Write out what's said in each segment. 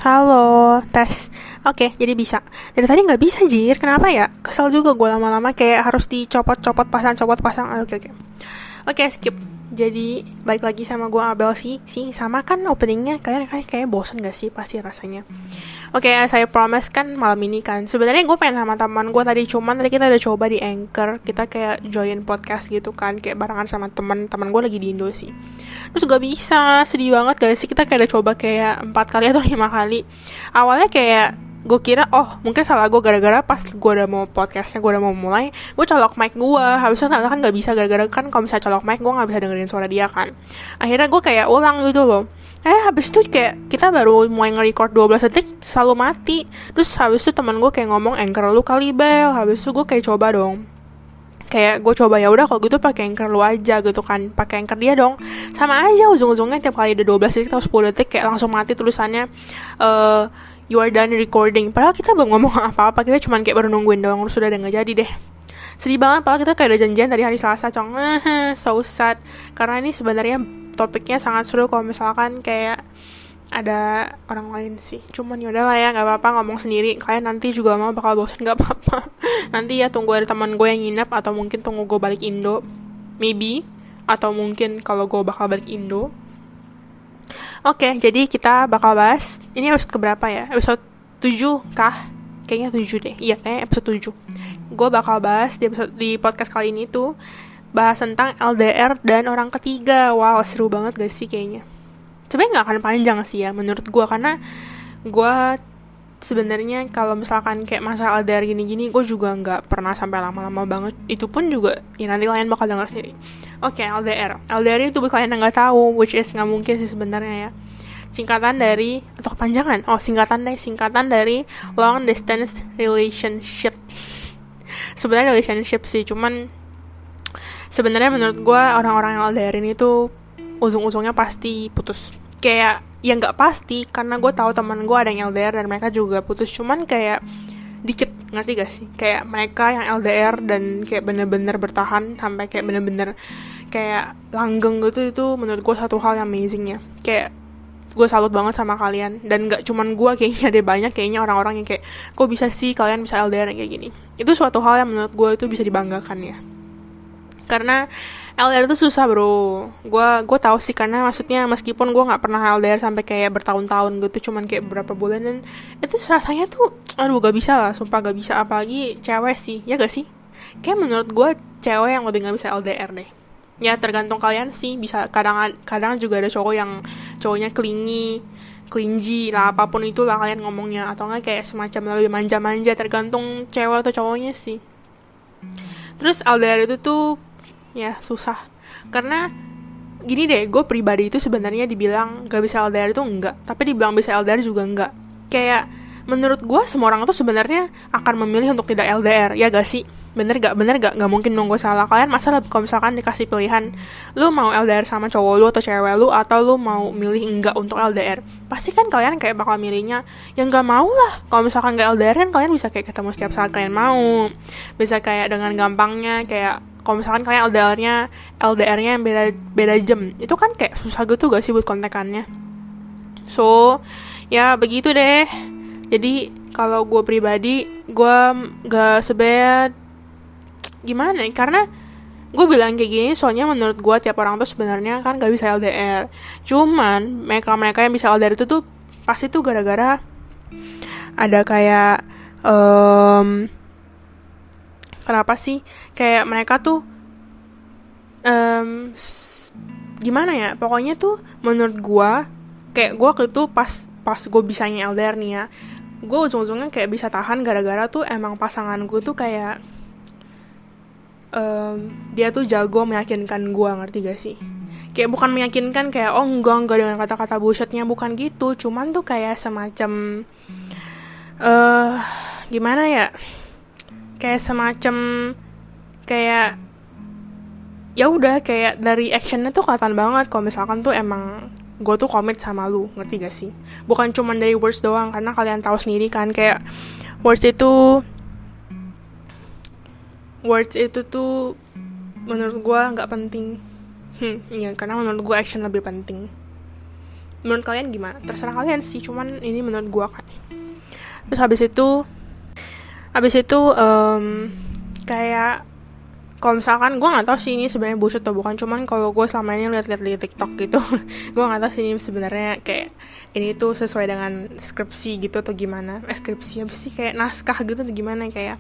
Halo, tes. Oke, jadi bisa. Dari tadi nggak bisa, Jir. Kenapa ya? Kesel juga gue lama-lama kayak harus dicopot-copot pasang, copot pasang. Oke. Oke, skip. Jadi, balik lagi sama gue Abel sih. Sama kan openingnya. Kalian kayak bosen gak sih? Pasti rasanya. Oke, saya promise kan malam ini kan. Sebenarnya gue pengen sama teman gue tadi. Cuman tadi kita udah coba di Anchor. Kita kayak join podcast gitu kan. Kayak barengan sama teman gue lagi di Indo sih. Terus gak bisa. Sedih banget gak sih? Kita kayak udah coba kayak 4 kali atau 5 kali. Awalnya kayak gue kira mungkin salah gue gara-gara pas gue udah mau podcastnya, gue udah mau mulai, gue colok mic gue, habis itu ternyata kan gak bisa gara-gara kan kalau misalnya colok mic gue gak bisa dengerin suara dia kan. Akhirnya gue kayak ulang gitu loh. Habis itu kayak kita baru mulai nge-record 12 detik selalu mati. Terus habis itu teman gue kayak ngomong, Anchor lu kali Bel. Habis itu gue kayak coba dong, kayak gue coba ya udah kalau gitu pakai Anchor lu aja gitu kan, pakai Anchor dia dong. Sama aja ujung-ujungnya tiap kali udah 12 detik atau 10 detik kayak langsung mati tulisannya you are done recording. Padahal kita belum ngomong apa-apa, kita cuma kayak baru nungguin doang. Terus udah nggak jadi deh. Sedih banget, padahal kita kayak udah janjian dari hari Selasa, cong. So sad. Karena ini sebenarnya topiknya sangat seru kalau misalkan kayak ada orang lain sih. Cuman yaudah lah ya, nggak apa-apa ngomong sendiri. Kalian nanti juga mau bakal bosen, nggak apa-apa. Nanti ya tunggu ada teman gue yang nginep, atau mungkin tunggu gue balik Indo, maybe. Atau mungkin kalau gue bakal balik Indo. Oke, jadi kita bakal bahas, ini episode keberapa ya? Episode 7 kah? Kayaknya 7 deh. Iya, kayaknya episode 7. Gue bakal bahas di podcast kali ini tuh bahas tentang LDR dan orang ketiga. Wow, seru banget gak sih kayaknya? Sebenarnya gak akan panjang sih ya menurut gue, karena gue sebenarnya kalau misalkan kayak masa LDR gini-gini, gue juga gak pernah sampai lama-lama banget. Itu pun juga, ya nanti kalian bakal denger sendiri. Oke, LDR itu buat kalian yang gak tahu, which is gak mungkin sih sebenarnya ya. Singkatan dari, atau kepanjangan? Singkatan dari long distance relationship. Sebenarnya relationship sih, cuman sebenarnya menurut gue orang-orang yang LDR ini tuh ujung-ujungnya pasti putus. Kayak ya nggak pasti, karena gue tahu teman gue ada yang LDR dan mereka juga putus. Cuman kayak dikit, ngerti gak sih? Kayak mereka yang LDR dan kayak bener-bener bertahan sampai kayak bener-bener kayak langgeng gitu, itu menurut gue satu hal yang amazing ya. Kayak gue salut banget sama kalian. Dan gak cuman gue, kayaknya ada banyak kayaknya orang-orang yang kayak, kok bisa sih kalian bisa LDR kayak gini. Itu suatu hal yang menurut gue itu bisa dibanggakan ya. Karena LDR itu susah bro. Gue tahu sih, karena maksudnya meskipun gue nggak pernah LDR sampai kayak bertahun-tahun gitu, cuman kayak beberapa bulan, dan itu rasanya tuh aduh gak bisa lah, sumpah gak bisa. Apalagi cewek sih, ya gak sih? Kayak menurut gue cewek yang lebih nggak bisa LDR deh. Ya tergantung kalian sih, bisa kadang juga ada cowoknya clingy lah, apapun itulah kalian ngomongnya, atau nggak kayak semacam lebih manja-manja, tergantung cewek atau cowoknya sih. Terus LDR itu tuh ya susah, karena gini deh, gue pribadi itu sebenarnya dibilang gak bisa LDR itu enggak, tapi dibilang bisa LDR juga enggak. Kayak menurut gue semua orang tuh sebenarnya akan memilih untuk tidak LDR, ya gak sih? Bener gak? Gak mungkin dong gue salah. Kalian masalah kalau misalkan dikasih pilihan, lu mau LDR sama cowok lu atau cewek lu, atau lu mau milih enggak untuk LDR, pasti kan kalian kayak bakal milihnya yang gak mau lah. Kalau misalkan gak LDR kan kalian bisa kayak ketemu setiap saat kalian mau, bisa kayak dengan gampangnya kayak kalau misalkan kalian LDR-nya yang beda jam, itu kan kayak susah gitu gak sih buat kontekannya. So ya begitu deh. Jadi kalau gue pribadi, gue gak sebenarnya gimana ya, karena gue bilang kayak gini soalnya menurut gue tiap orang tuh sebenarnya kan gak bisa LDR. Cuman mereka yang bisa LDR itu tuh pasti tuh gara-gara ada kayak kenapa sih kayak mereka tuh gimana ya, pokoknya tuh menurut gue kayak gue waktu itu pas gue bisanya LDR nih ya, gue ujung-ujungnya kayak bisa tahan gara-gara tuh emang pasangan gue tuh kayak dia tuh jago meyakinkan gue, ngerti gak sih? Kayak bukan meyakinkan kayak enggak dengan kata-kata bullshitnya, bukan gitu. Cuman tuh kayak semacam gimana ya, kayak semacam kayak ya udah, kayak dari actionnya tuh kelihatan banget kalau misalkan tuh emang gue tuh komit sama lu, ngerti gak sih? Bukan cuman dari words doang, karena kalian tahu sendiri kan kayak words itu tuh menurut gue nggak penting. Iya, karena menurut gue action lebih penting. menurut kalian gimana? Terserah kalian sih, cuman ini menurut gue kan. Terus habis itu kayak kalau misalkan gue nggak tahu sih ini sebenarnya bullshit atau bukan, cuman kalau gue selama ini lihat di TikTok gitu gue nggak tahu sih ini sebenarnya kayak ini tuh sesuai dengan skripsi gitu atau gimana. Skripsi apa sih, kayak naskah gitu atau gimana, kayak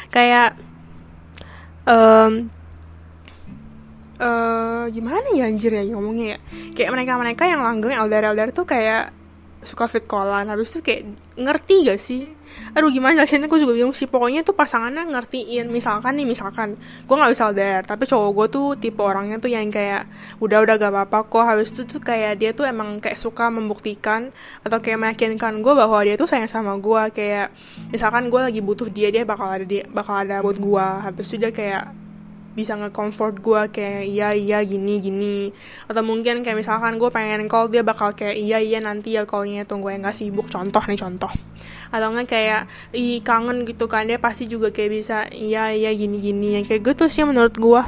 gimana ya anjir ya ngomongnya ya, kayak mereka yang langgeng LDR tuh kayak suka fit callan, habis itu kayak ngerti gak sih, aduh gimana jelasinnya, gue juga bingung sih. Pokoknya tuh pasangannya ngertiin, misalkan gue nggak bisa LDR tapi cowok gue tuh tipe orangnya tuh yang kayak udah gak apa-apa kok, habis itu tuh kayak dia tuh emang kayak suka membuktikan atau kayak meyakinkan gue bahwa dia tuh sayang sama gue, kayak misalkan gue lagi butuh dia bakal ada buat gue, habis itu dia kayak bisa nge-comfort gue kayak iya gini, atau mungkin kayak misalkan gue pengen call, dia bakal kayak iya nanti ya callnya, tunggu yang gak sibuk, contoh, atau enggak kayak kangen gitu kan, dia pasti juga kayak bisa iya gini yang kayak gitu sih menurut gue.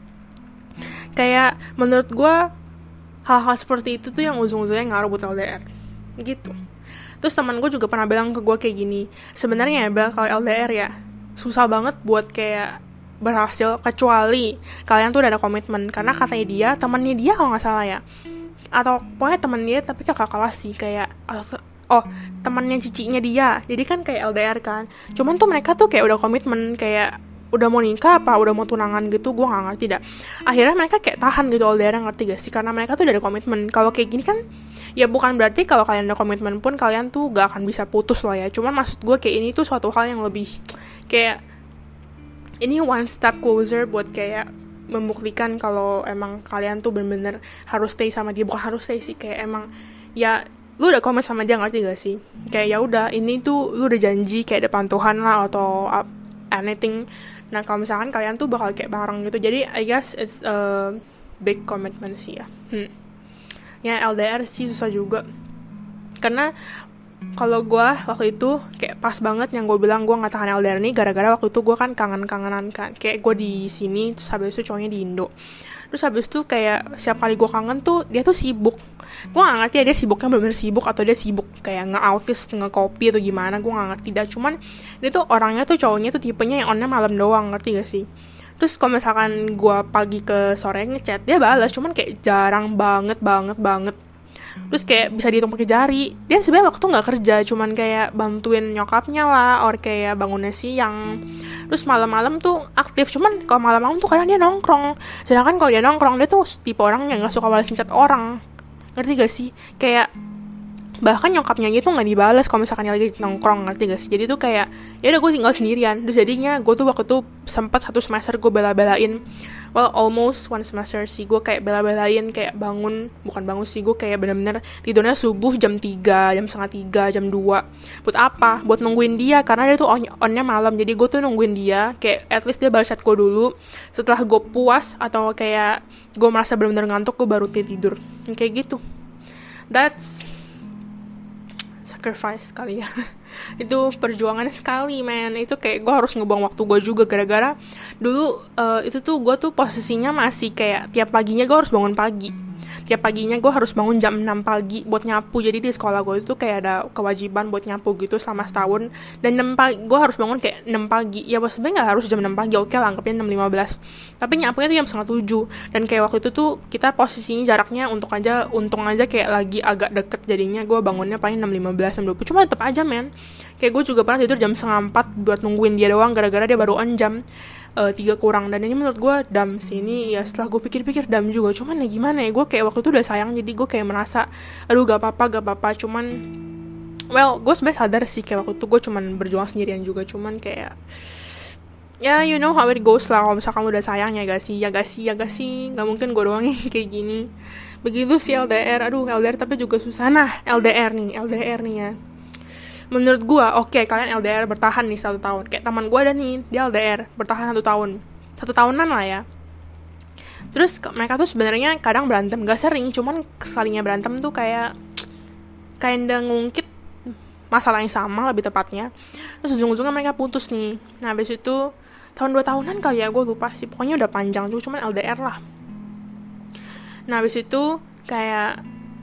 Kayak menurut gue hal-hal seperti itu tuh yang ujung-ujungnya ngaruh buat LDR gitu. Terus teman gue juga pernah bilang ke gue kayak gini, sebenarnya ya kalau LDR ya susah banget buat kayak berhasil kecuali kalian tuh udah ada komitmen, karena katanya dia temannya dia kalau nggak salah ya, atau pokoknya teman dia tapi kakak kelas sih, kayak temannya cicinya dia, jadi kan kayak LDR kan, cuman tuh mereka tuh kayak udah komitmen, kayak udah mau nikah apa udah mau tunangan gitu, gue nggak ngerti dah. Akhirnya mereka kayak tahan gitu LDR, ngerti gak sih, karena mereka tuh udah ada komitmen. Kalau kayak gini kan ya bukan berarti kalau kalian ada komitmen pun kalian tuh gak akan bisa putus loh ya, cuman maksud gue kayak ini tuh suatu hal yang lebih kayak ini one step closer buat kayak membuktikan kalau emang kalian tuh bener-bener harus stay sama dia, bukan harus stay sih, kayak emang ya lu udah komit sama dia, ngerti gak sih, kayak ya udah ini tuh lu udah janji kayak depan Tuhan lah atau anything. Nah kalau misalkan kalian tuh bakal kayak bareng gitu, jadi I guess it's a big commitment sih ya. Ya LDR sih susah juga, karena kalau gue waktu itu kayak pas banget yang gue bilang gue nggak tahan LDR nih, gara-gara waktu itu gue kan kangen-kangenan kan, kayak gue di sini terus habis itu cowoknya di Indo, terus habis itu kayak setiap kali gue kangen tuh dia tuh sibuk. Gue nggak ngerti ya dia sibuknya bener-bener sibuk atau dia sibuk kayak nge-autis nge-copy atau gimana, gue nggak ngerti dah. Cuman dia tuh orangnya tuh cowoknya tuh tipenya yang onnya malam doang, ngerti gak sih. Terus kalau misalkan gue pagi ke sore ngechat dia balas, cuman kayak jarang banget. Terus kayak bisa dihitung pakai jari. Dia sebenarnya waktu nggak kerja, cuman kayak bantuin nyokapnya lah, or kayak bangunnya siang. Terus malam-malam tuh aktif, cuman kalau malam-malam tuh kadang dia nongkrong. Sedangkan kalau dia nongkrong, dia tuh tipe orang yang nggak suka balasin chat orang, ngerti gak sih? Kayak bahkan nyokapnya gitu nggak dibalas kalau misalkan dia lagi nongkrong, ngerti gak sih? Jadi tuh kayak ya udah gue tinggal sendirian. Terus jadinya gue tuh waktu itu sempat 1 semester gue bela-belain, almost 1 semester sih, gue kayak bela-belain kayak bukan bangun sih, gue kayak bener-bener tidurnya subuh jam 3, jam setengah 3, jam 2. Buat apa? Buat nungguin dia, karena dia tuh onnya malam. Jadi gue tuh nungguin dia, kayak at least dia balas chat gue dulu. Setelah gue puas atau kayak gue merasa bener-bener ngantuk, gue baru tidur. Kayak gitu. That's sacrifice kali ya. Itu perjuangan sekali, man. Itu kayak gue harus ngebuang waktu gue juga, gara-gara dulu itu tuh gue tuh posisinya masih kayak tiap paginya gue harus bangun pagi. Tiap paginya gue harus bangun jam 6 pagi buat nyapu. Jadi di sekolah gue itu kayak ada kewajiban buat nyapu gitu selama setahun. Dan 6 pagi, gue harus bangun kayak 6 pagi. Ya sebenarnya gak harus jam 6 pagi, oke lah, anggapnya 6.15. Tapi nyapunya tuh jam setengah 7. Dan kayak waktu itu tuh kita posisinya jaraknya untung aja kayak lagi agak deket. Jadinya gue bangunnya paling 6.15, 6.20. Cuma tetep aja, men. Kayak gue juga pernah tidur jam setengah 4 buat nungguin dia doang, gara-gara dia baru on jam 3 kurang. Dan ini menurut gue dam sih. Ini ya setelah gue pikir-pikir dam juga. Cuman ya gimana ya, gue kayak waktu itu udah sayang, jadi gue kayak merasa aduh gak apa-apa. Cuman gue sebenarnya sadar sih kayak waktu itu gue cuman berjuang sendirian juga. Cuman kayak ya you know how it goes lah. Kalau misalkan udah sayang ya gak sih gak mungkin gue doang yang kayak gini. Begitu sih LDR. Aduh LDR tapi juga susah. Nah LDR nih ya, menurut gue oke, kalian LDR bertahan nih 1 tahun. Kayak teman gue ada nih, dia LDR bertahan 1 tahun, 1 tahunan lah ya. Terus mereka tuh sebenarnya kadang berantem, gak sering, cuman sekalinya berantem tuh kayak ngungkit masalah yang sama lebih tepatnya. Terus ujung-ujungnya mereka putus nih. Nah habis itu tahun 2 tahunan kali ya, gue lupa sih, pokoknya udah panjang tuh, cuman LDR lah. Nah habis itu kayak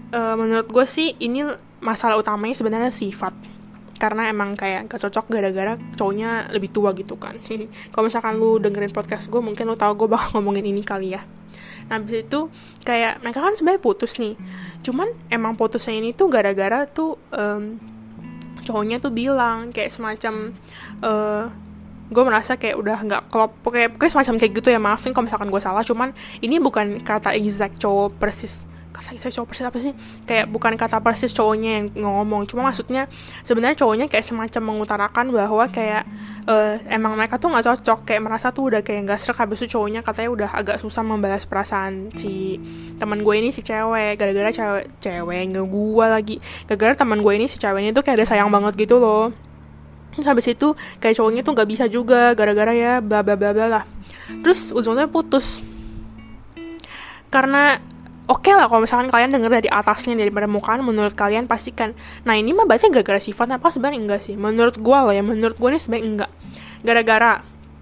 menurut gue sih ini masalah utamanya sebenarnya sifat, karena emang kayak gak cocok gara-gara cowoknya lebih tua gitu kan. Kalau misalkan lu dengerin podcast gue, mungkin lu tahu gue bakal ngomongin ini kali ya. Nah abis itu kayak mereka kan sebenarnya putus nih, cuman emang putusnya ini tuh gara-gara tuh cowoknya tuh bilang kayak semacam gue merasa kayak udah nggak klop, pokoknya semacam kayak gitu ya, maafin kalau misalkan gue salah, cuman ini bukan kata exact cowok persis, kata exact cowok persis apa sih, kayak bukan kata persis cowoknya yang ngomong, cuma maksudnya sebenarnya cowoknya kayak semacam mengutarakan bahwa kayak emang mereka tuh nggak cocok, kayak merasa tuh udah kayak nggak serak. Habis itu cowoknya katanya udah agak susah membalas perasaan si teman gue ini, si cewek, gara-gara cewek nggak gue lagi, gara-gara teman gue ini si ceweknya tuh kayak ada sayang banget gitu loh. Terus habis itu kayak cowoknya tuh gak bisa juga gara-gara ya bla bla bla bla lah. Terus ujungnya putus. Karena oke lah kalau misalkan kalian denger dari atasnya daripada mukaan, menurut kalian pastikan, nah ini mah berarti gara-gara sifat apa? Sebenarnya enggak sih. Menurut gue loh ya, menurut gue nih sebenarnya enggak. Gara-gara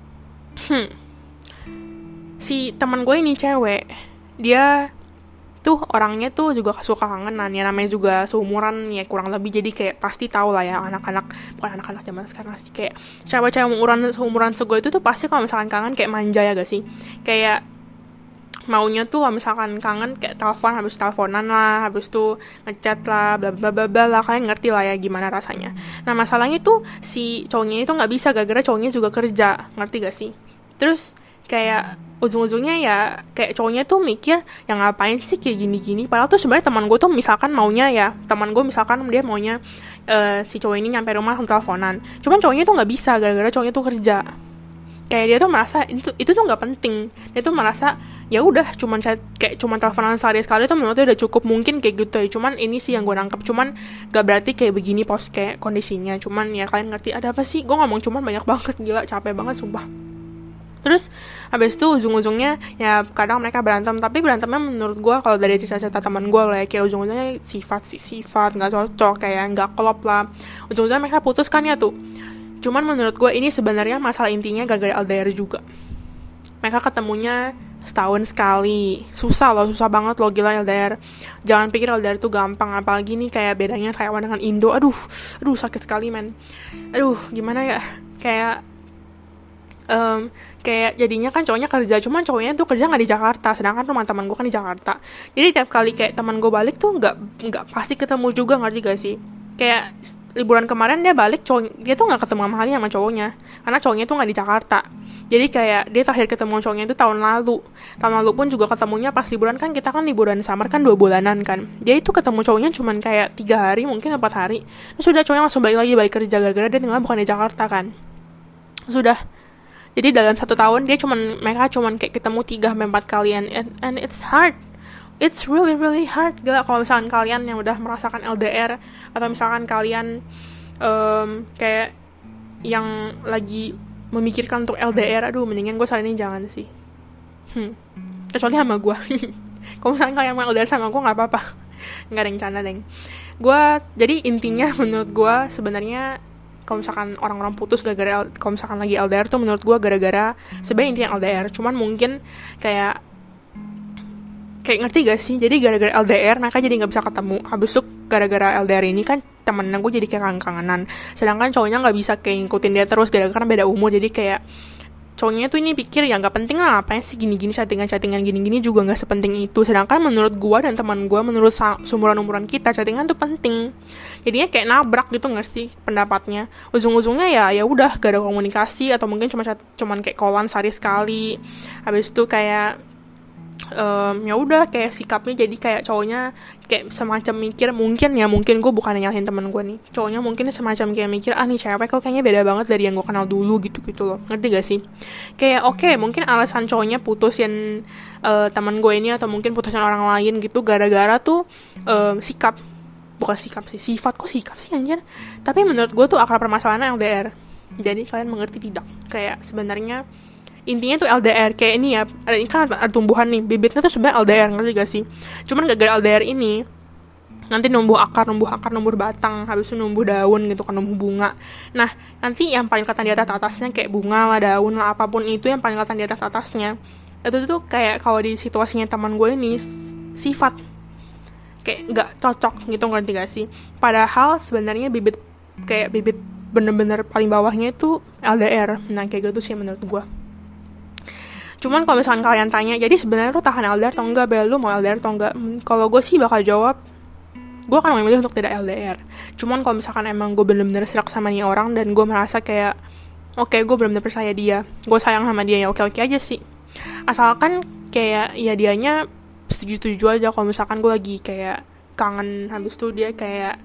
si teman gue ini cewek, dia tuh orangnya tuh juga suka kangenan ya, namanya juga seumuran ya kurang lebih, jadi kayak pasti tahu lah ya anak-anak, bukan anak-anak zaman sekarang sih, kayak cewek-cewek seumuran segue itu tuh pasti kalau misalkan kangen kayak manja ya gak sih, kayak maunya tuh kalau misalkan kangen kayak telepon, habis teleponan lah, habis tuh ngechat lah, bla bla bla bla lah, kalian ngerti lah ya gimana rasanya. Nah masalahnya tuh si cowoknya itu nggak bisa gara-gara cowoknya juga kerja, ngerti gak sih? Terus kayak ujung-ujungnya ya kayak cowoknya tuh mikir ya ngapain sih kayak gini-gini, padahal tuh sebenarnya teman gue tuh misalkan maunya ya, teman gue misalkan dia maunya si cowok ini nyampe rumah langsung teleponan, cuman cowoknya tuh nggak bisa gara-gara cowoknya tuh kerja. Kayak dia tuh merasa itu tuh nggak penting, dia tuh merasa ya udah cuman kayak cuman teleponan sehari sekali tuh menurutnya udah cukup, mungkin kayak gitu ya. Cuman ini sih yang gue nangkep, cuman gak berarti kayak begini kayak kondisinya, cuman ya kalian ngerti ada apa sih, gue ngomong cuman banyak banget, gila capek banget sumpah. Terus habis itu ujung-ujungnya ya kadang mereka berantem, tapi berantemnya menurut gue kalau dari cerita-cerita teman gue lah ya, kayak ujung-ujungnya sifat nggak cocok, kayak nggak klop lah, ujung-ujungnya mereka putus kan ya tuh. Cuman menurut gue ini sebenarnya masalah intinya gara-gara LDR juga. Mereka ketemunya setahun sekali, susah banget loh, gila LDR. Jangan pikir LDR tuh gampang, apalagi nih kayak bedanya Taiwan dengan Indo, aduh sakit sekali men. Aduh gimana ya, kayak jadinya kan cowoknya kerja, cuman cowoknya tuh kerja nggak di Jakarta, sedangkan teman-teman gue kan di Jakarta. Jadi tiap kali kayak teman gue balik tuh nggak pasti ketemu juga, ngerti gak sih? Kayak liburan kemarin dia balik, dia tuh nggak ketemu sama sama cowoknya, karena cowoknya tuh nggak di Jakarta. Jadi kayak dia terakhir ketemu cowoknya itu tahun lalu pun juga ketemunya pas liburan, kan kita kan liburan summer kan 2 bulanan kan. Dia itu ketemu cowoknya cuman kayak 3 hari mungkin 4 hari, terus udah cowoknya langsung balik kerja gara-gara dia tinggal bukan di Jakarta kan. Sudah. Jadi dalam 1 tahun mereka cuman kayak ketemu 3-4 kalian, and it's hard. It's really really hard. Gila kalau misalkan kalian yang udah merasakan LDR, atau misalkan kalian kayak yang lagi memikirkan untuk LDR, aduh mendingan gue saat ini jangan sih. Kecuali sama gue. Kalau misalkan kalian mau LDR sama gue nggak apa-apa, nggak ada yang canda deng. Jadi intinya menurut gue sebenarnya kalau misalkan orang-orang putus gara-gara, kalau misalkan lagi LDR tuh menurut gue gara-gara sebenarnya intinya LDR, cuman mungkin kayak ngerti gak sih, jadi gara-gara LDR mereka jadi nggak bisa ketemu. Habis itu gara-gara LDR ini kan temennya gue jadi kayak kangenan, sedangkan cowoknya nggak bisa kayak ngikutin dia terus gara-gara beda umur. Jadi kayak cowoknya tuh ini pikir ya nggak penting lah, ngapain sih gini-gini chattingan gini-gini juga nggak sepenting itu. Sedangkan menurut gue dan teman gue, menurut seumuran kita, chattingan tuh penting. Jadinya kayak nabrak gitu nggak sih pendapatnya. Ujung-ujungnya ya udah gak ada komunikasi, atau mungkin cuman kayak callan sehari sekali. Habis itu kayak ya udah kayak sikapnya jadi kayak cowoknya kayak semacam mikir, mungkin gue bukan nyalahin teman gue nih, cowoknya mungkin semacam kayak mikir nih cewek kok kayaknya beda banget dari yang gue kenal dulu gitu loh, ngerti gak sih? Kayak oke, mungkin alasan cowoknya putusin teman gue ini, atau mungkin putusin orang lain gitu gara-gara tuh sifat kok sikap sih anjir. Tapi menurut gue tuh akar permasalahannya LDR. Jadi kalian mengerti tidak? Kayak sebenarnya intinya tuh LDR, kayak ini ya, kan ada tumbuhan nih, bibitnya tuh sebenarnya LDR, ngerti gak sih? Cuman gara-gara LDR ini nanti numbuh akar, numbuh batang, habis itu numbuh daun gitu kan, numbuh bunga. Nah nanti yang paling kelihatan di atasnya kayak bunga lah, daun lah, apapun itu yang paling kelihatan di atasnya itu tuh kayak kalau di situasinya teman gue ini sifat. kayak nggak cocok gitu, ngerti gak sih? Padahal sebenarnya bibit bener-bener paling bawahnya itu LDR. Nah kayak gitu sih menurut gue. Cuman kalau misalkan kalian tanya, jadi sebenarnya lu tahan LDR atau enggak, Bel, lu mau LDR atau enggak? Kalau gue sih bakal jawab, gue akan memilih untuk tidak LDR. Cuman kalau misalkan emang gue bener-bener serak sama nih orang dan gue merasa kayak oke, gue bener-bener percaya dia, gue sayang sama dia, ya oke aja sih. Asalkan kayak ya dianya setuju aja. Kalau misalkan gue lagi kayak kangen, habis itu dia kayak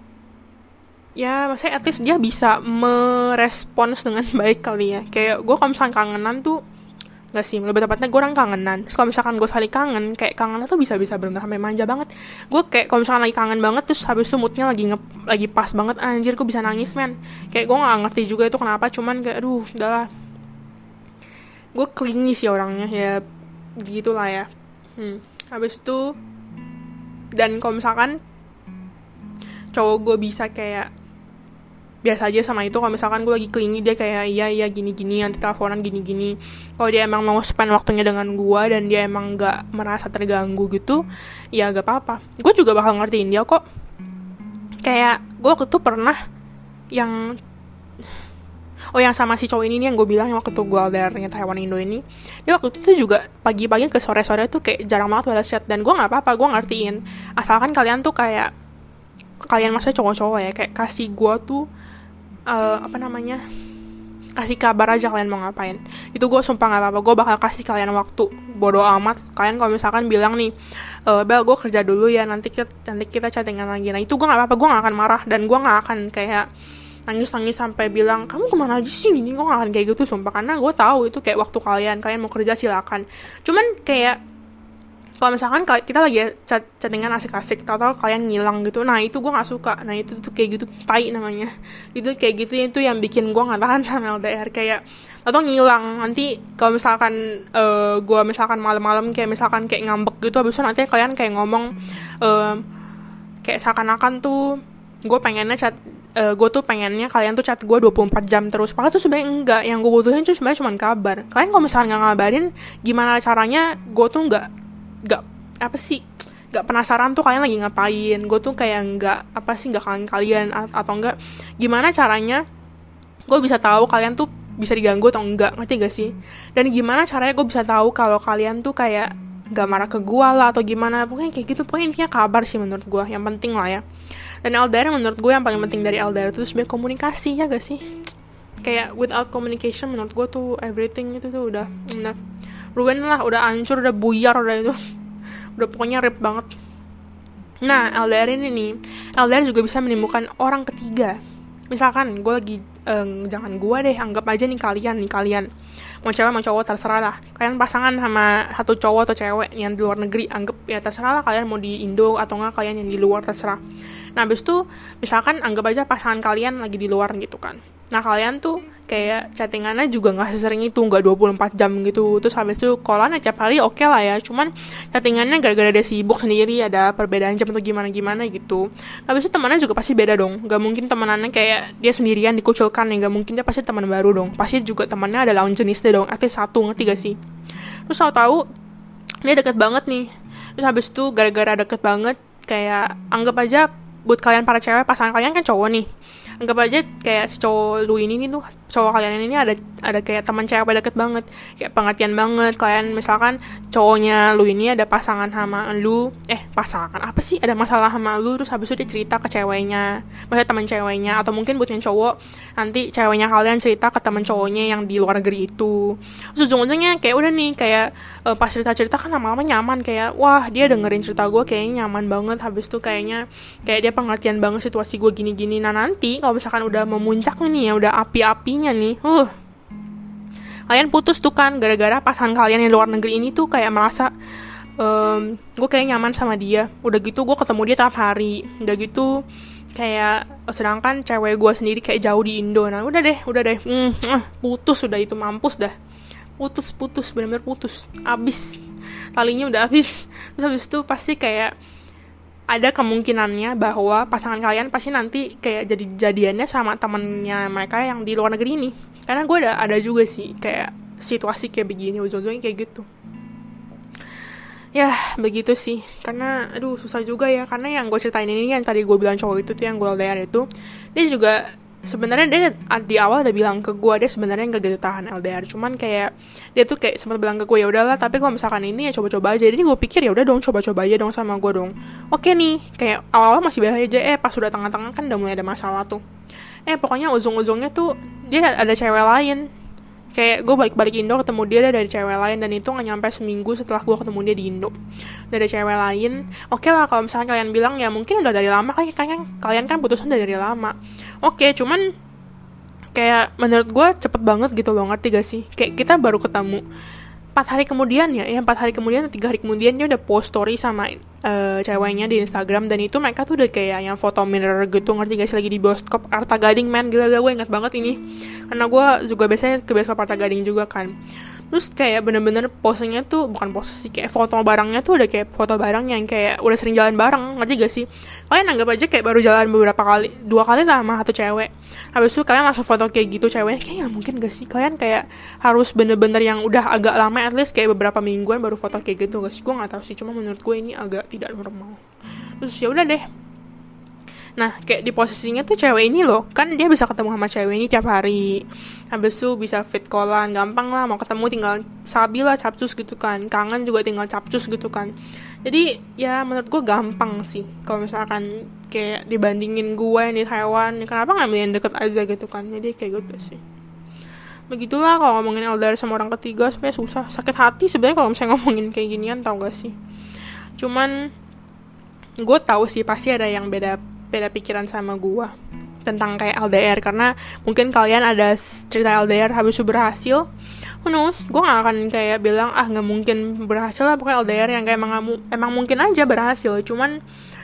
ya maksudnya at least dia bisa merespons dengan baik kali ya. Kayak gue kalau misalkan kangenan tuh, gak sih, lebih tepatnya gue orang kangenan. Terus kalau misalkan gue sekali kangen, kayak kangen tuh bisa bener-bener sampai manja banget. Gue kayak kalau misalkan lagi kangen banget, terus habis itu moodnya lagi pas banget, anjir gue bisa nangis men. Kayak gue gak ngerti juga itu kenapa, cuman kayak aduh udahlah, gue clingy sih orangnya, ya gitulah ya. Habis itu, dan kalau misalkan cowok gue bisa kayak biasa aja sama itu, kalau misalkan gue lagi clingy, dia kayak iya gini-gini, nanti teleponan gini-gini. Kalau dia emang mau spend waktunya dengan gue dan dia emang gak merasa terganggu gitu, ya gak apa-apa, gue juga bakal ngertiin dia kok. Kayak gue waktu itu pernah yang sama si cowok ini nih yang gue bilang, yang waktu itu gue LDR-nya Taiwan Indo ini, dia waktu itu juga pagi-pagi ke sore-sore tuh kayak jarang banget balas chat. Dan gue gak apa-apa, gue ngertiin, asalkan kalian tuh kayak kalian maksudnya cowok-cowok ya, kayak kasih gue tuh kasih kabar aja kalian mau ngapain. Itu gue sumpah gak apa-apa, gue bakal kasih kalian waktu, bodo amat. Kalian kalau misalkan bilang nih, Bel gue kerja dulu ya, nanti kita chattingan lagi, nah itu gue gak apa-apa, gue gak akan marah. Dan gue gak akan kayak nangis sampai bilang kamu kemana aja sih, gini. Gue gak akan kayak gitu sumpah, karena gue tahu itu kayak waktu kalian mau kerja silakan. Cuman kayak kalau misalkan kita lagi chattingan asik-asik, tahu-tahu kalian ngilang gitu, nah itu gue nggak suka. Nah itu tuh kayak gitu, tai namanya. Itu kayak gitu, itu yang bikin gue nggak tahan sama LDR. Kayak atau ngilang, nanti kalau misalkan gue misalkan malam-malam kayak misalkan kayak ngambek gitu, habis itu nanti kalian kayak ngomong kayak seakan-akan tuh gue pengennya gue tuh pengennya kalian tuh chat gue 24 jam terus. Padahal tuh sebenarnya enggak, yang gue butuhin tuh sebenarnya cuma kabar. Kalian kalau misalkan nggak ngabarin, gimana caranya gue tuh nggak penasaran tuh kalian lagi ngapain. Gue tuh kayak nggak kangen kalian, atau enggak gimana caranya gue bisa tahu kalian tuh bisa diganggu atau enggak, ngerti gak sih? Dan gimana caranya gue bisa tahu kalau kalian tuh kayak nggak marah ke gue lah atau gimana. Pokoknya kayak gitu, pokoknya intinya kabar sih menurut gue yang penting lah ya. Dan LDR menurut gue yang paling penting dari LDR itu sebenarnya komunikasi, ya gak sih? Kayak without communication menurut gue tuh everything itu tuh udah ruin lah, udah hancur, udah buyar, udah itu udah pokoknya rip banget. Nah LDR ini nih, LDR juga bisa menimbulkan orang ketiga. Misalkan gue lagi jangan gue deh, anggap aja nih kalian mau cewek mau cowok terserah lah, kalian pasangan sama satu cowok atau cewek yang di luar negeri, anggap ya terserah lah kalian mau di Indo atau enggak kalian yang di luar, terserah. Nah abis itu misalkan anggap aja pasangan kalian lagi di luar gitu kan. Nah kalian tuh kayak chattingannya juga gak sesering itu, gak 24 jam gitu. Terus habis itu call-an tiap hari oke lah ya, cuman chattingannya gara-gara dia sibuk sendiri, ada perbedaan jam atau gimana gitu. Habis itu temannya juga pasti beda dong. Gak mungkin temenannya kayak dia sendirian dikucilkan ya, gak mungkin. Dia pasti teman baru dong, pasti juga temannya ada lawan jenisnya dong, at least satu, ngerti gak sih? Terus tahu dia deket banget nih. Terus habis itu gara-gara deket banget, kayak anggap aja buat kalian para cewek, pasangan kalian kan cowok nih, anggap aja kayak si cowok lu ini tuh, cowok kalian ini ada kayak teman cewek deket banget, kayak pengertian banget. Kalian misalkan cowoknya lu ini ada pasangan sama lu, pasangan apa sih, ada masalah sama lu, terus habis itu dia cerita ke ceweknya, maksudnya teman ceweknya, atau mungkin buat yang cowok nanti ceweknya kalian cerita ke teman cowoknya yang di luar negeri itu. Terus ujung-ujungnya kayak udah nih, kayak pas cerita-cerita kan lama-lama nyaman, kayak wah dia dengerin cerita gue kayaknya nyaman banget, habis itu kayaknya kayak dia pengertian banget situasi gue gini-gini. Nah nanti kalau misalkan udah memuncaknya nih ya, udah api-apinya nih, kalian putus tuh kan, gara-gara pasangan kalian yang luar negeri ini tuh kayak merasa gue kayak nyaman sama dia, udah gitu gue ketemu dia tiap hari, udah gitu kayak sedangkan cewek gue sendiri kayak jauh di Indo. Nah udah deh putus, udah itu mampus dah, putus benar-benar putus, abis talinya udah abis. Terus habis itu pasti kayak ada kemungkinannya bahwa pasangan kalian pasti nanti kayak jadiannya sama temennya mereka yang di luar negeri ini. Karena gue ada juga sih kayak situasi kayak begini, ujung-ujungnya kayak gitu. Ya begitu sih, karena aduh susah juga ya, karena yang gue ceritain ini yang tadi gue bilang cowok itu tuh yang gue LDR itu, dia juga sebenarnya dia di awal udah bilang ke gue dia sebenarnya nggak gitu tahan LDR, cuman kayak dia tuh kayak sempat bilang ke gue ya udahlah, tapi kalau misalkan ini ya coba-coba aja. Jadi gue pikir ya udah dong, coba-coba aja dong sama gue dong. Oke nih, kayak awal-awal masih biasa aja, pas udah tengah-tengah kan udah mulai ada masalah tuh. Pokoknya ujung-ujungnya tuh dia ada cewek lain. Kayak gue balik-balik Indo ketemu dia dari cewek lain, dan itu gak nyampe seminggu setelah gue ketemu dia di Indo. Dari cewek lain. Oke lah kalau misalnya kalian bilang ya mungkin udah dari lama, kalian kan putusan dari lama. Oke, cuman kayak menurut gue cepet banget gitu loh, ngerti gak sih? Kayak kita baru ketemu 4 hari kemudian 4 hari kemudian, 3 hari kemudian dia udah post story sama ceweknya di Instagram, dan itu mereka tuh udah kayak yang foto mirror gitu, ngerti gak sih, lagi di bioskop Arta Gading, men, gila gue ingat banget ini, karena gue juga biasanya ke bioskop Arta Gading juga kan. Terus kayak bener-bener posenya tuh bukan pose sih, kayak foto barangnya tuh udah kayak foto barang yang kayak udah sering jalan bareng, ngerti gak sih? Kalian anggap aja kayak baru jalan beberapa kali, 2 kali lah sama satu cewek, habis itu kalian langsung foto kayak gitu ceweknya, kayak gak mungkin gak sih? Kalian kayak harus bener-bener yang udah agak lama, at least kayak beberapa mingguan baru foto kayak gitu gak sih? Gue gak tahu sih, cuma menurut gue ini agak tidak normal. Terus ya udah deh. Nah, kayak di posisinya tuh cewek ini loh, kan dia bisa ketemu sama cewek ini tiap hari. Habis itu bisa fit callan, gampang lah, mau ketemu tinggal sabi lah, capcus gitu kan. Kangen juga tinggal capcus gitu kan. Jadi, ya menurut gue gampang sih. Kalau misalkan kayak dibandingin gue yang di Taiwan, kenapa nggak yang deket aja gitu kan. Jadi kayak gitu sih. Begitulah kalau ngomongin LDR sama orang ketiga, sebenarnya susah. Sakit hati sebenarnya kalau misalnya ngomongin kayak ginian, tau gak sih? Cuman, gue tahu sih pasti ada yang beda pikiran sama gue tentang kayak LDR, karena mungkin kalian ada cerita LDR habis itu berhasil. Who knows, gue gak akan kayak bilang gak mungkin berhasil lah, pokoknya LDR yang kayak emang mungkin aja berhasil. Cuman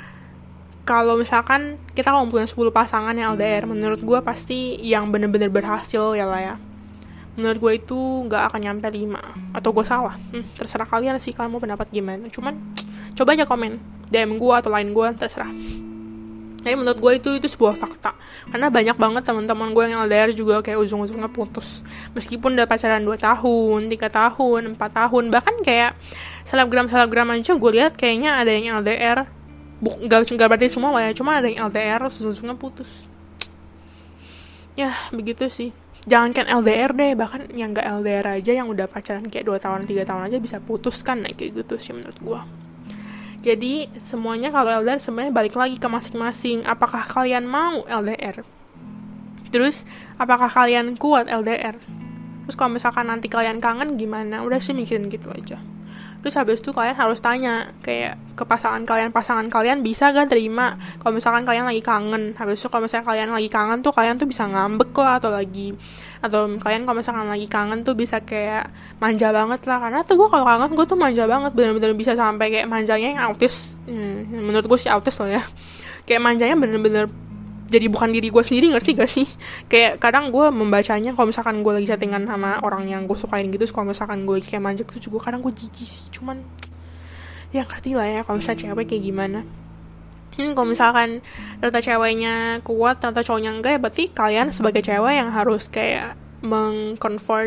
kalau misalkan kita ngumpulin 10 pasangan yang LDR, menurut gue pasti yang bener-bener berhasil ya lah ya, menurut gue itu gak akan nyampe 5. Atau gue salah, terserah kalian sih, kalian mau pendapat gimana. Cuman coba aja komen DM gue atau line gue, terserah. Tapi menurut gue itu sebuah fakta, karena banyak banget teman-teman gue yang LDR juga kayak ujung-ujungnya putus, meskipun udah pacaran 2 tahun, 3 tahun, 4 tahun, bahkan kayak selebgram aja gue lihat kayaknya ada yang LDR, gak berarti semua lah ya, cuma ada yang LDR ujung-ujungnya putus. Ya begitu sih, jangankan LDR deh, bahkan yang gak LDR aja yang udah pacaran kayak 2 tahun 3 tahun aja bisa putus kan, kayak gitu sih menurut gue. Jadi semuanya kalau LDR sebenarnya balik lagi ke masing-masing. Apakah kalian mau LDR? Terus apakah kalian kuat LDR? Terus kalau misalkan nanti kalian kangen gimana? Udah sih mikirin gitu aja. Terus habis itu kalian harus tanya kayak ke pasangan kalian bisa gak terima kalau misalkan kalian lagi kangen. Habis itu kalau misalkan kalian lagi kangen tuh kalian tuh bisa ngambek lah, atau kalian kalau misalkan lagi kangen tuh bisa kayak manja banget lah. Karena tuh gue kalau kangen gue tuh manja banget, bener-bener bisa sampai kayak manjanya yang autis. Menurut gue sih autis loh ya. Kayak manjanya bener-bener jadi bukan diri gue sendiri, ngerti gak sih? Kayak kadang gue membacanya kalau misalkan gue lagi chattingan sama orang yang gue sukain gitu, kalau misalkan gue kayak manja tuh juga kadang gue jijik sih. Cuman ya ngerti lah ya kalau misalnya cewek kayak gimana. Kalau misalkan ternyata ceweknya kuat, ternyata cowoknya enggak, ya berarti kalian sebagai cewek yang harus kayak mengcomfort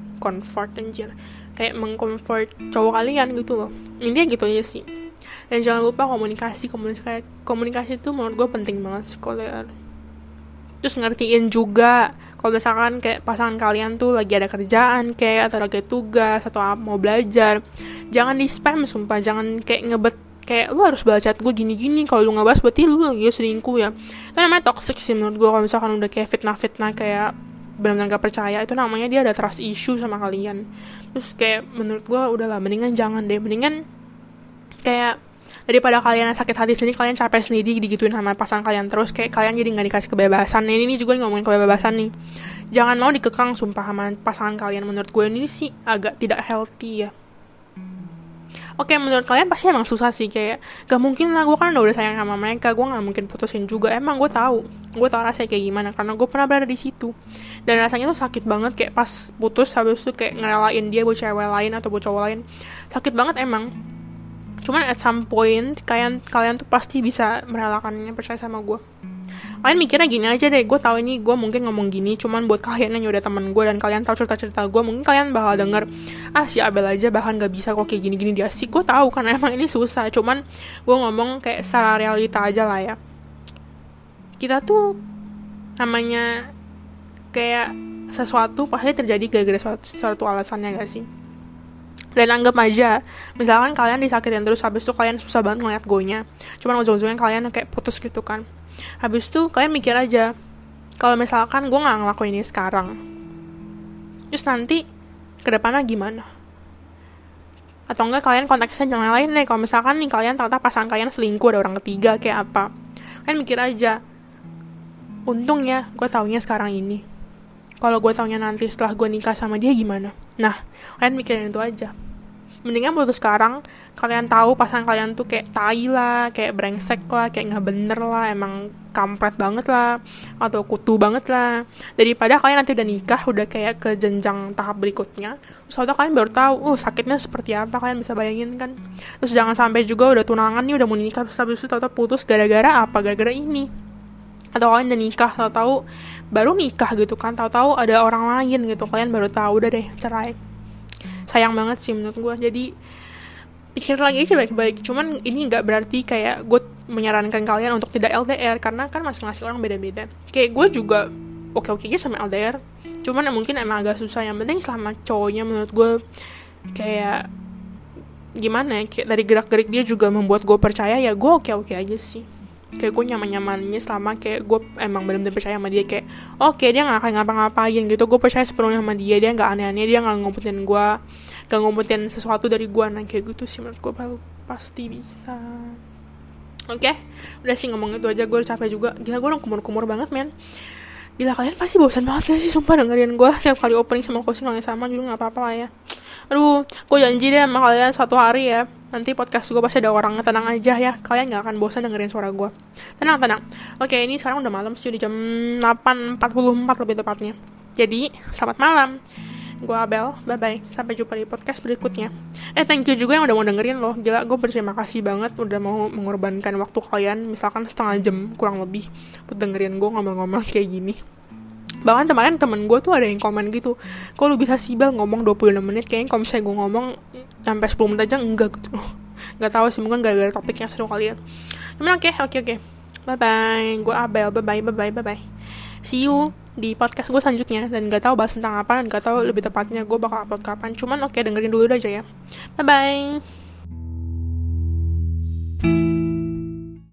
cowok kalian gitu loh. Intinya gitu aja sih. Dan jangan lupa komunikasi itu menurut gue penting banget sih kalau. Terus ngertiin juga kalau misalkan kayak pasangan kalian tuh lagi ada kerjaan kayak atau lagi tugas atau mau belajar, jangan di spam, sumpah. Jangan kayak ngebet kayak lu harus balas chat gue gini-gini, kalau lu nggak balas berarti lu lagi selingkuh ya. Itu namanya toxic sih menurut gue. Kalau misalkan udah kayak fitnah kayak benar-benar gak percaya, itu namanya dia ada trust issue sama kalian. Terus kayak menurut gue udahlah, mendingan jangan deh, mendingan kayak daripada kalian sakit hati sendiri, kalian capek sendiri digituin sama pasangan kalian terus, kayak kalian jadi gak dikasih kebebasan. Ini juga ngomongin kebebasan nih, jangan mau dikekang sumpah sama pasangan kalian. Menurut gue ini sih agak tidak healthy ya. Oke, menurut kalian pasti emang susah sih, kayak gak mungkin lah, gue kan udah sayang sama mereka, gue gak mungkin putusin juga. Emang gue tahu rasanya kayak gimana, karena gue pernah berada di situ. Dan rasanya tuh sakit banget, kayak pas putus habis itu kayak ngerelain dia buat cewek lain atau buat cowok lain. Sakit banget emang. Cuman at some point kalian tuh pasti bisa merelakannya, percaya sama gue. Kalian mikirnya gini aja deh, gue tahu ini gue mungkin ngomong gini cuman buat kalian yang udah temen gue dan kalian tahu cerita-cerita gue, mungkin kalian bakal denger, si Abel aja bahkan gak bisa kok kayak gini-gini dia sih. Gue tahu karena emang ini susah, cuman gue ngomong kayak secara realita aja lah ya. Kita tuh namanya kayak sesuatu pasti terjadi gara-gara suatu alasannya gak sih? Dan anggap aja, misalkan kalian disakitin terus, habis itu kalian susah banget ngeliat gonya, cuman ujung-ujungnya kalian kayak putus gitu kan. Habis itu kalian mikir aja, kalau misalkan gue gak ngelakuin ini sekarang, terus nanti kedepannya gimana? Atau enggak kalian konteksnya jangan lain deh, kalau misalkan nih kalian ternyata pasangan kalian selingkuh, ada orang ketiga kayak apa, kalian mikir aja, untung ya gue taunya sekarang ini, kalau gue taunya nanti setelah gue nikah sama dia gimana? Nah, kalian mikirin itu aja. Mendingan putus sekarang, kalian tahu pasangan kalian tuh kayak tai lah, kayak brengsek lah, kayak gak bener lah, emang kampret banget lah, atau kutu banget lah, daripada kalian nanti udah nikah, udah kayak ke jenjang tahap berikutnya, terus kalian baru tahu, sakitnya seperti apa, kalian bisa bayangin kan. Terus jangan sampai juga udah tunangan nih, udah mau nikah, terus habis itu tau-tau putus gara-gara apa, gara-gara ini. Atau kalian udah nikah, tahu-tahu baru nikah gitu kan, tahu-tahu ada orang lain gitu, kalian baru tahu udah deh cerai. Sayang banget sih menurut gue. Jadi pikir lagi aja baik-baik. Cuman ini nggak berarti kayak gue menyarankan kalian untuk tidak LDR, karena kan masing-masing orang beda-beda. Kayak gue juga oke-oke aja sama LDR, cuman mungkin emang agak susah. Yang penting selama cowoknya menurut gue kayak gimana ya, kayak dari gerak-gerik dia juga membuat gue percaya, ya gue oke-oke aja sih. Kayak gue nyaman-nyamannya selama kayak gue emang benar-benar percaya sama dia, kayak oke, dia gak akan ngapa-ngapain gitu, gue percaya sepenuhnya sama dia gak aneh-aneh, dia gak ngumpetin gue, gak ngumpetin sesuatu dari gue. Nah kayak gitu sih menurut gue baru pasti bisa. Oke, udah sih ngomong itu aja, gue udah capek juga. Gila, gue udah kumur-kumur banget men. Gila, kalian pasti bosan banget ya sih sumpah dengerin gue tiap kali opening sama closing yang sama, juga gak apa-apa lah ya. Aduh, gue janji deh sama kalian suatu hari ya, nanti podcast gue pasti ada orangnya, tenang aja ya, kalian gak akan bosan dengerin suara gue. Tenang. Oke, ini sekarang udah malam sih, udah jam 8.44 lebih tepatnya. Jadi, selamat malam. Gue Abel, bye-bye. Sampai jumpa di podcast berikutnya. Thank you juga yang udah mau dengerin loh. Gila, gue berterima kasih banget udah mau mengorbankan waktu kalian, misalkan setengah jam kurang lebih, buat dengerin gue ngomong-ngomong kayak gini. Bahkan kemarin temen gue tuh ada yang komen gitu, kok lu bisa sih Bel ngomong 26 menit, kayaknya kalau misalnya gue ngomong sampai 10 menit aja enggak gitu loh. Gak tahu sih, mungkin gara-gara topiknya seru kali ya. Cuman oke. Bye bye, gue Abel, bye. See you di podcast gue selanjutnya, dan gak tahu bahas tentang apa, dan gak tahu lebih tepatnya gue bakal upload kapan. Cuman oke, dengerin dulu aja ya. Bye bye.